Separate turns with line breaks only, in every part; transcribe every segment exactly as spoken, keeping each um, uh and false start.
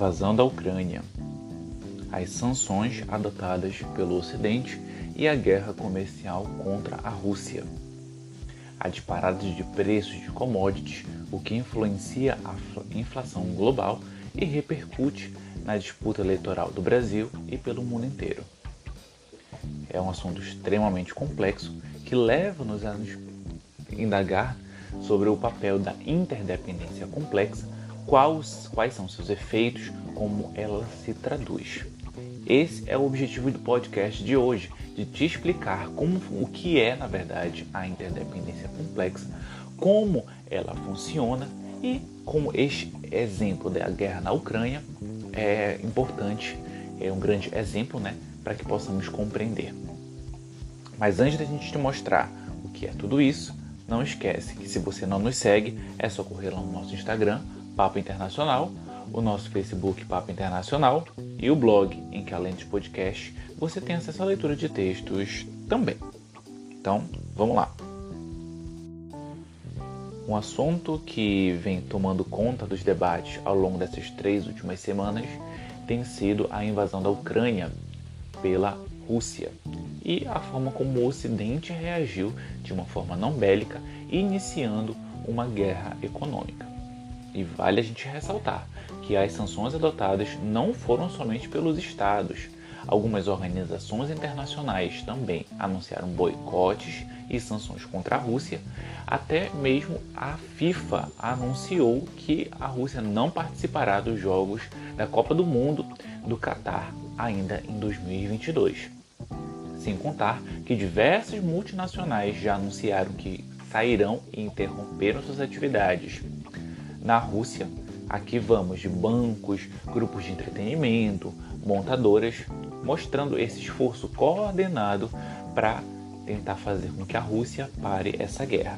invasão da Ucrânia, as sanções adotadas pelo Ocidente e a guerra comercial contra a Rússia, a disparada de preços de commodities, o que influencia a inflação global e repercute na disputa eleitoral do Brasil e pelo mundo inteiro. É um assunto extremamente complexo que leva-nos a nos indagar sobre o papel da interdependência complexa, quais, quais são seus efeitos, como ela se traduz. Esse é o objetivo do podcast de hoje, de te explicar como, o que é, na verdade, a interdependência complexa, como ela funciona e como este exemplo da guerra na Ucrânia é importante, é um grande exemplo, né, para que possamos compreender. Mas antes da gente te mostrar o que é tudo isso, não esquece que se você não nos segue, é só correr lá no nosso Instagram, Papo Internacional, o nosso Facebook Papo Internacional e o blog, em que além dos podcasts, você tem acesso à leitura de textos também. Então, vamos lá. Um assunto que vem tomando conta dos debates ao longo dessas três últimas semanas tem sido a invasão da Ucrânia pela Rússia e a forma como o Ocidente reagiu de uma forma não bélica, iniciando uma guerra econômica. E vale a gente ressaltar que as sanções adotadas não foram somente pelos estados. Algumas organizações internacionais também anunciaram boicotes e sanções contra a Rússia. Até mesmo a FIFA anunciou que a Rússia não participará dos Jogos da Copa do Mundo do Catar ainda em dois mil e vinte e dois. Sem contar que diversas multinacionais já anunciaram que sairão e interromperam suas atividades. Na Rússia, aqui vamos de bancos, grupos de entretenimento, montadoras, mostrando esse esforço coordenado para tentar fazer com que a Rússia pare essa guerra.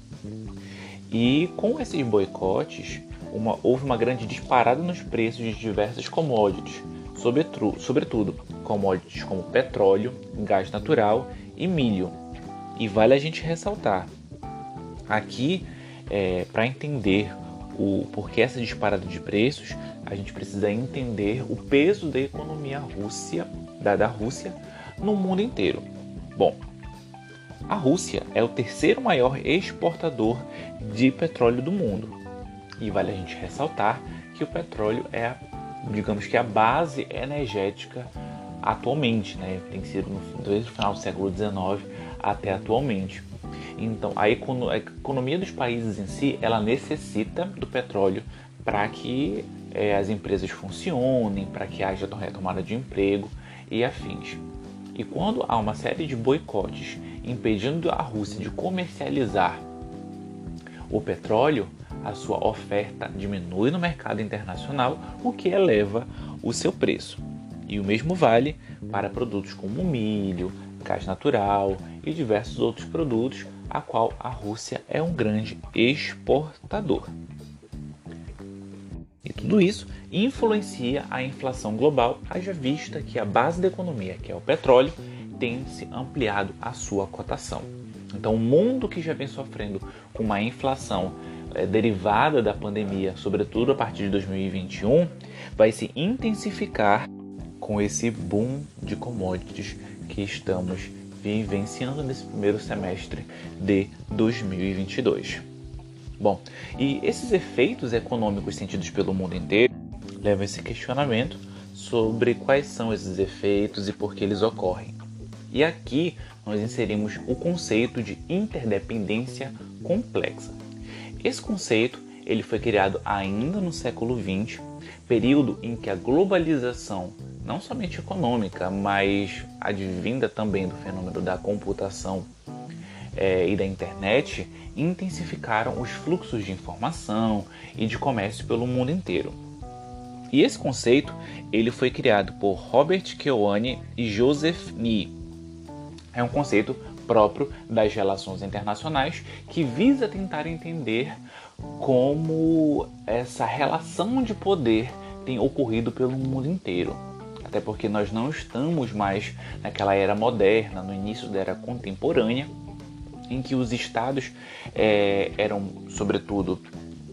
E com esses boicotes, uma, houve uma grande disparada nos preços de diversas commodities, sobretudo, sobretudo commodities como petróleo, gás natural e milho. E vale a gente ressaltar, aqui, é, para entender o porquê essa disparada de preços, a gente precisa entender o peso da economia Rússia, da, da Rússia no mundo inteiro. Bom, a Rússia é o terceiro maior exportador de petróleo do mundo. E vale a gente ressaltar que o petróleo é, a, digamos que a base energética atualmente, né? Tem sido desde o final do século dezenove até atualmente. Então, a, econo- a economia dos países em si, ela necessita do petróleo para que é, as empresas funcionem, para que haja retomada de emprego e afins. E quando há uma série de boicotes impedindo a Rússia de comercializar o petróleo, a sua oferta diminui no mercado internacional, o que eleva o seu preço. E o mesmo vale para produtos como milho, gás natural e diversos outros produtos, a qual a Rússia é um grande exportador. E tudo isso influencia a inflação global, haja vista que a base da economia, que é o petróleo, tem se ampliado a sua cotação. Então, o mundo que já vem sofrendo com uma inflação é, derivada da pandemia, sobretudo a partir de dois mil e vinte e um, vai se intensificar com esse boom de commodities que estamos vivenciando nesse primeiro semestre de dois mil e vinte e dois. Bom, e esses efeitos econômicos sentidos pelo mundo inteiro levam a esse questionamento sobre quais são esses efeitos e por que eles ocorrem. E aqui nós inserimos o conceito de interdependência complexa. Esse conceito ele foi criado ainda no século vinte, período em que a globalização, não somente econômica, mas advinda também do fenômeno da computação é, e da internet, intensificaram os fluxos de informação e de comércio pelo mundo inteiro. E esse conceito ele foi criado por Robert Keohane e Joseph Nye. É um conceito próprio das relações internacionais que visa tentar entender como essa relação de poder tem ocorrido pelo mundo inteiro. Até porque nós não estamos mais naquela era moderna, no início da era contemporânea, em que os estados é, eram, sobretudo,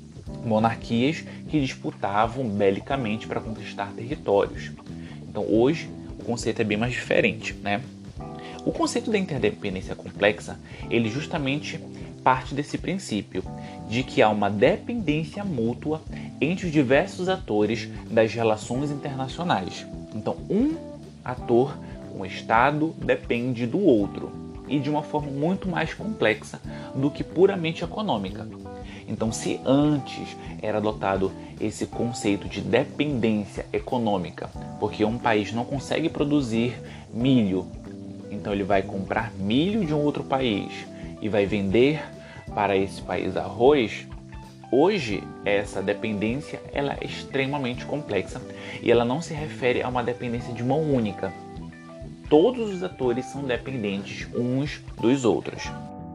monarquias que disputavam belicamente para conquistar territórios. Então hoje o conceito é bem mais diferente, né? O conceito da interdependência complexa, ele justamente parte desse princípio de que há uma dependência mútua entre os diversos atores das relações internacionais. Então um ator, um Estado, depende do outro e de uma forma muito mais complexa do que puramente econômica. Então, se antes era adotado esse conceito de dependência econômica, porque um país não consegue produzir milho, então ele vai comprar milho de um outro país e vai vender para esse país arroz, hoje essa dependência ela é extremamente complexa e ela não se refere a uma dependência de mão única. Todos os atores são dependentes uns dos outros.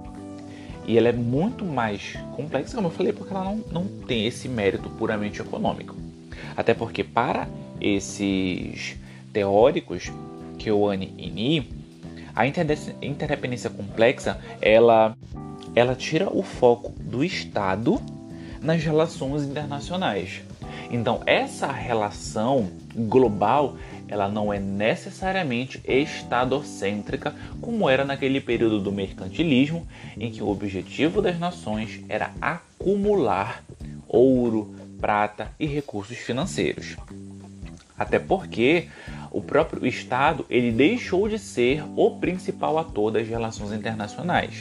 E ela é muito mais complexa, como eu falei, porque ela não, não tem esse mérito puramente econômico. Até porque para esses teóricos, Keohane e Nii, a interdependência complexa, ela, ela tira o foco do Estado nas relações internacionais. Então, essa relação global, ela não é necessariamente estadocêntrica, como era naquele período do mercantilismo, em que o objetivo das nações era acumular ouro, prata e recursos financeiros. Até porque o próprio Estado ele deixou de ser o principal ator das relações internacionais.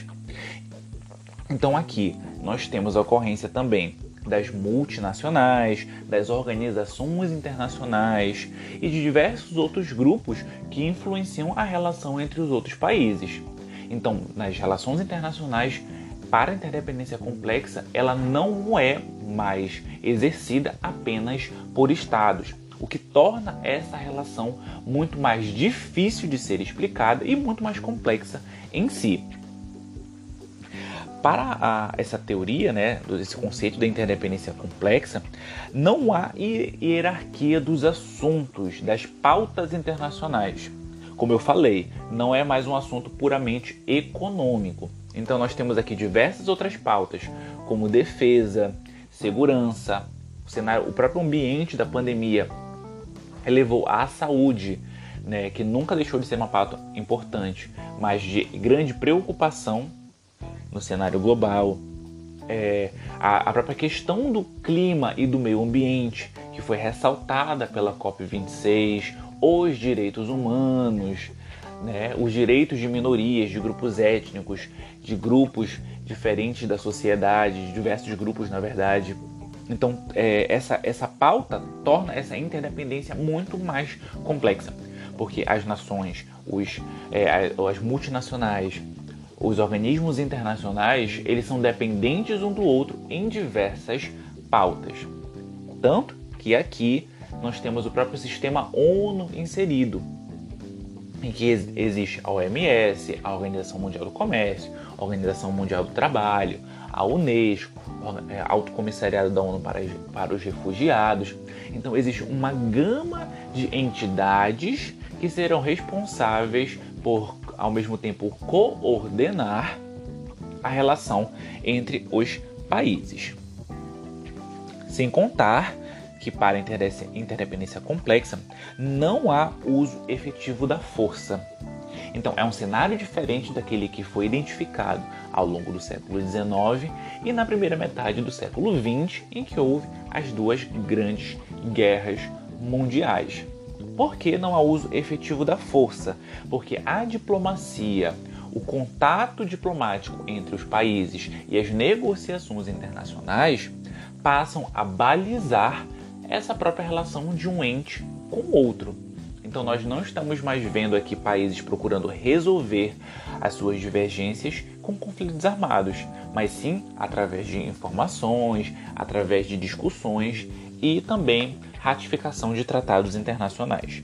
Então aqui nós temos a ocorrência também das multinacionais, das organizações internacionais e de diversos outros grupos que influenciam a relação entre os outros países. Então, nas relações internacionais, para a interdependência complexa, ela não é mais exercida apenas por estados, o que torna essa relação muito mais difícil de ser explicada e muito mais complexa em si. Para a, essa teoria, né, esse conceito da interdependência complexa, não há hierarquia dos assuntos, das pautas internacionais. Como eu falei, não é mais um assunto puramente econômico. Então nós temos aqui diversas outras pautas, como defesa, segurança, o cenário, o próprio ambiente da pandemia elevou à saúde, né, que nunca deixou de ser uma pauta importante, mas de grande preocupação no cenário global, é, a, a própria questão do clima e do meio ambiente, que foi ressaltada pela COP vinte e seis, os direitos humanos, né, os direitos de minorias, de grupos étnicos, de grupos diferentes da sociedade, de diversos grupos, na verdade. Então, é, essa, essa pauta torna essa interdependência muito mais complexa, porque as nações, os, é, as multinacionais, os organismos internacionais, eles são dependentes um do outro em diversas pautas. Tanto que aqui nós temos o próprio sistema ONU inserido, em que existe a O M S, a Organização Mundial do Comércio, a Organização Mundial do Trabalho, a Unesco, a Alto Comissariado da ONU para, para os Refugiados. Então existe uma gama de entidades que serão responsáveis por, ao mesmo tempo, coordenar a relação entre os países. Sem contar que para a interdependência complexa não há uso efetivo da força. Então é um cenário diferente daquele que foi identificado ao longo do século dezenove e na primeira metade do século vinte, em que houve as duas grandes guerras mundiais. Por que não há uso efetivo da força? Porque a diplomacia, o contato diplomático entre os países e as negociações internacionais passam a balizar essa própria relação de um ente com o outro. Então nós não estamos mais vendo aqui países procurando resolver as suas divergências com conflitos armados, mas sim através de informações, através de discussões e também ratificação de tratados internacionais.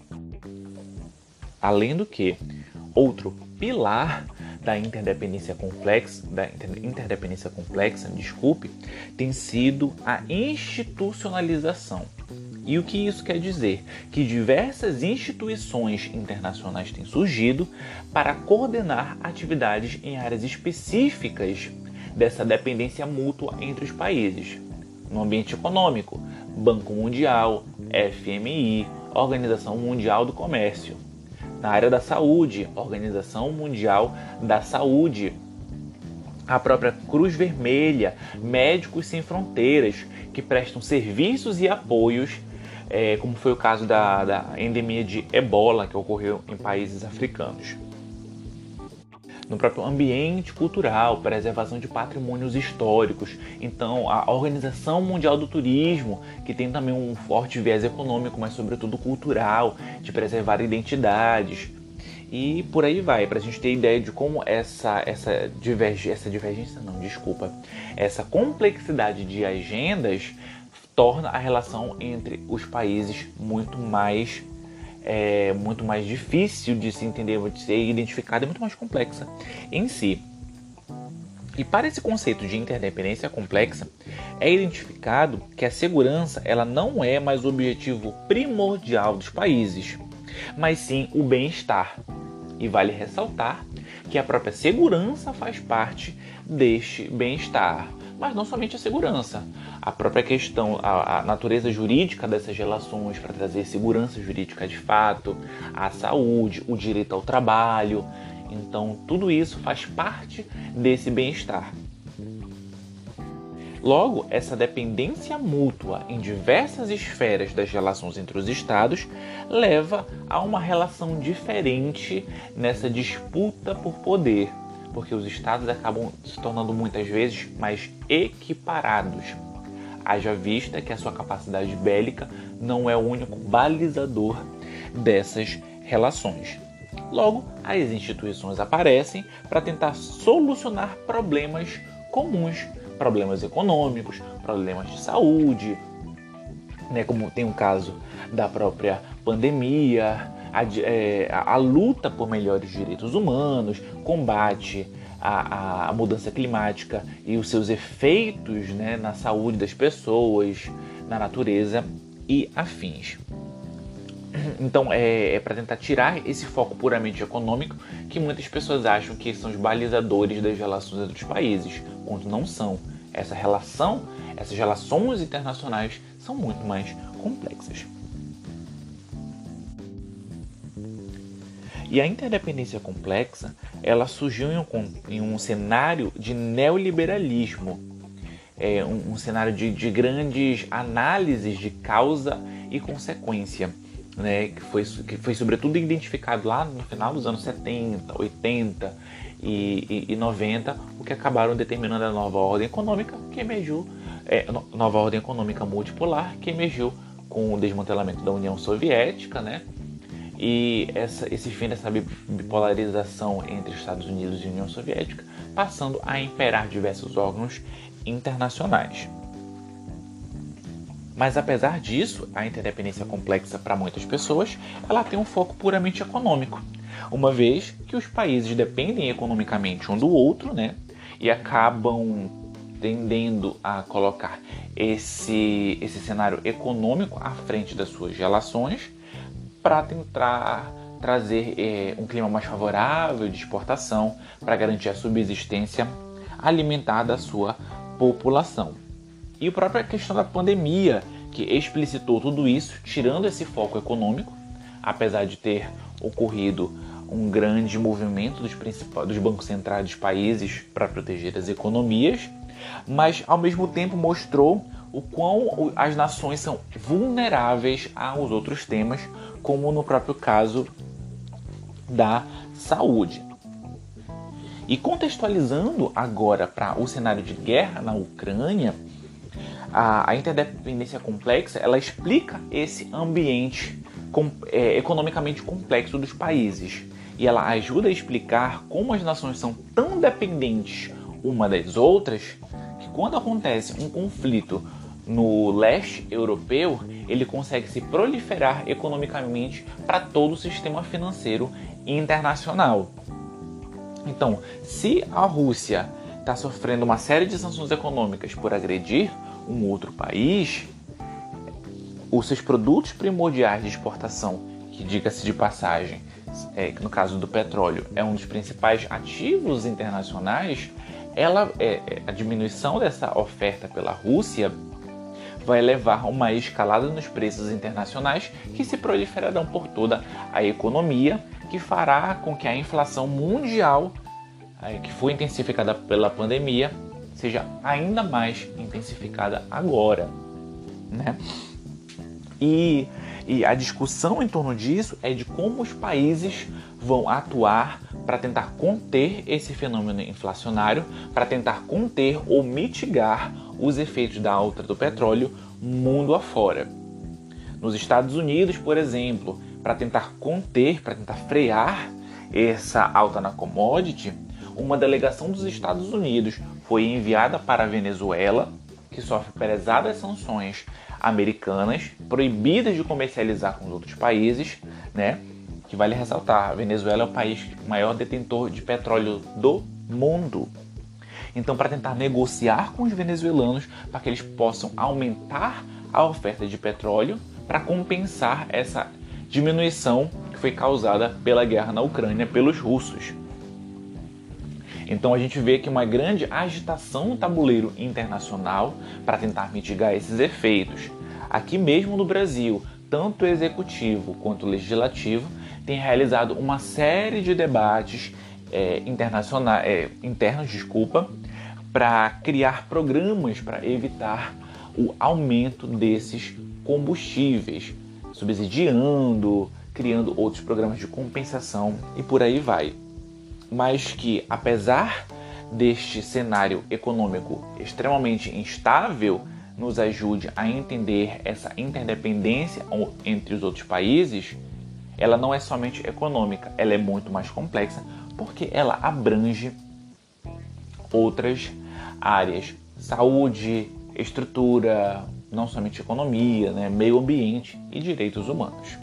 Além do que, outro pilar da interdependência complexa, da interdependência complexa, desculpe, tem sido a institucionalização. E o que isso quer dizer? Que diversas instituições internacionais têm surgido para coordenar atividades em áreas específicas dessa dependência mútua entre os países. no ambiente econômico, Banco Mundial, F M I, Organização Mundial do Comércio. Na área da saúde, Organização Mundial da Saúde. A própria Cruz Vermelha, Médicos Sem Fronteiras, que prestam serviços e apoios, é, como foi o caso da, da endemia de Ebola, que ocorreu em países africanos. No próprio ambiente cultural, preservação de patrimônios históricos. Então, a Organização Mundial do Turismo, que tem também um forte viés econômico, mas sobretudo cultural, de preservar identidades. E por aí vai, para a gente ter ideia de como essa, essa, divergência, essa divergência, não, desculpa, essa complexidade de agendas torna a relação entre os países muito mais, é, muito mais difícil de se entender, de ser identificada, e muito mais complexa em si. E para esse conceito de interdependência complexa, é identificado que a segurança ela não é mais o objetivo primordial dos países, mas sim o bem-estar. E vale ressaltar que a própria segurança faz parte deste bem-estar. Mas não somente a segurança, a própria questão, a, a natureza jurídica dessas relações para trazer segurança jurídica de fato, a saúde, o direito ao trabalho. Então, tudo isso faz parte desse bem-estar. Logo, essa dependência mútua em diversas esferas das relações entre os estados leva a uma relação diferente nessa disputa por poder, porque os estados acabam se tornando muitas vezes mais equiparados. Haja vista que a sua capacidade bélica não é o único balizador dessas relações. Logo, as instituições aparecem para tentar solucionar problemas comuns, problemas econômicos, problemas de saúde, né, como tem o caso da própria pandemia, a, é, a, a luta por melhores direitos humanos, combate à, à mudança climática e os seus efeitos, né, na saúde das pessoas, na natureza e afins. Então é, é para tentar tirar esse foco puramente econômico que muitas pessoas acham que são os balizadores das relações entre os países, quando não são. Essa relação, essas relações internacionais são muito mais complexas. E a interdependência complexa, ela surgiu em um, em um cenário de neoliberalismo, é, um, um cenário de, de grandes análises de causa e consequência, né, que, foi, que foi sobretudo identificado lá no final dos anos setenta, oitenta e, e, e noventa, o que acabaram determinando a nova ordem econômica que emergiu, é, nova ordem econômica multipolar que emergiu com o desmantelamento da União Soviética, né, e essa, esse fim dessa bipolarização entre Estados Unidos e União Soviética, passando a imperar diversos órgãos internacionais. Mas apesar disso, a interdependência complexa para muitas pessoas, ela tem um foco puramente econômico, uma vez que os países dependem economicamente um do outro, né, e acabam tendendo a colocar esse, esse cenário econômico à frente das suas relações para tentar trazer é, um clima mais favorável de exportação para garantir a subsistência alimentar da sua população. E a própria questão da pandemia, que explicitou tudo isso, tirando esse foco econômico, apesar de ter ocorrido um grande movimento dos, principais, dos bancos centrais dos países para proteger as economias, mas ao mesmo tempo mostrou o quão as nações são vulneráveis aos outros temas, como no próprio caso da saúde. E contextualizando agora para o cenário de guerra na Ucrânia, a, a interdependência complexa, ela explica esse ambiente com, é, economicamente complexo dos países. E ela ajuda a explicar como as nações são tão dependentes uma das outras, que quando acontece um conflito no leste europeu, ele consegue se proliferar economicamente para todo o sistema financeiro internacional. Então, se a Rússia está sofrendo uma série de sanções econômicas por agredir um outro país, os seus produtos primordiais de exportação, que diga-se de passagem, é, que no caso do petróleo é um dos principais ativos internacionais, ela, é, a diminuição dessa oferta pela Rússia vai levar a uma escalada nos preços internacionais que se proliferarão por toda a economia, que fará com que a inflação mundial, que foi intensificada pela pandemia, seja ainda mais intensificada agora, né? E, e a discussão em torno disso é de como os países vão atuar para tentar conter esse fenômeno inflacionário, para tentar conter ou mitigar os efeitos da alta do petróleo mundo afora. Nos Estados Unidos, por exemplo, para tentar conter, para tentar frear essa alta na commodity, uma delegação dos Estados Unidos foi enviada para a Venezuela, que sofre pesadas sanções americanas, proibidas de comercializar com os outros países, né? Que vale ressaltar, a Venezuela é o país maior detentor de petróleo do mundo. Então, para tentar negociar com os venezuelanos, para que eles possam aumentar a oferta de petróleo, para compensar essa diminuição que foi causada pela guerra na Ucrânia pelos russos. Então a gente vê que uma grande agitação no tabuleiro internacional para tentar mitigar esses efeitos. Aqui mesmo no Brasil, tanto o executivo quanto o legislativo têm realizado uma série de debates é, internacionais, é, internos, desculpa, para criar programas para evitar o aumento desses combustíveis, subsidiando, criando outros programas de compensação e por aí vai. Mas que, apesar deste cenário econômico extremamente instável, nos ajude a entender essa interdependência entre os outros países, ela não é somente econômica, ela é muito mais complexa, porque ela abrange outras áreas, saúde, estrutura, não somente economia, né, meio ambiente e direitos humanos.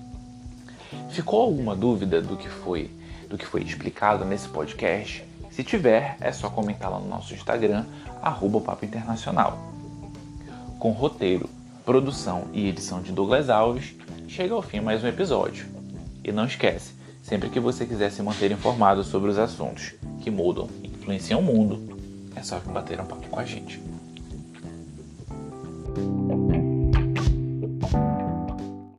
Ficou alguma dúvida do que foi do que foi explicado nesse podcast? Se tiver, é só comentar lá no nosso Instagram, arroba Papo Internacional. Com roteiro, produção e edição de Douglas Alves, chega ao fim mais um episódio. E não esquece, sempre que você quiser se manter informado sobre os assuntos que mudam e influenciam o mundo, é só vir bater um papo com a gente.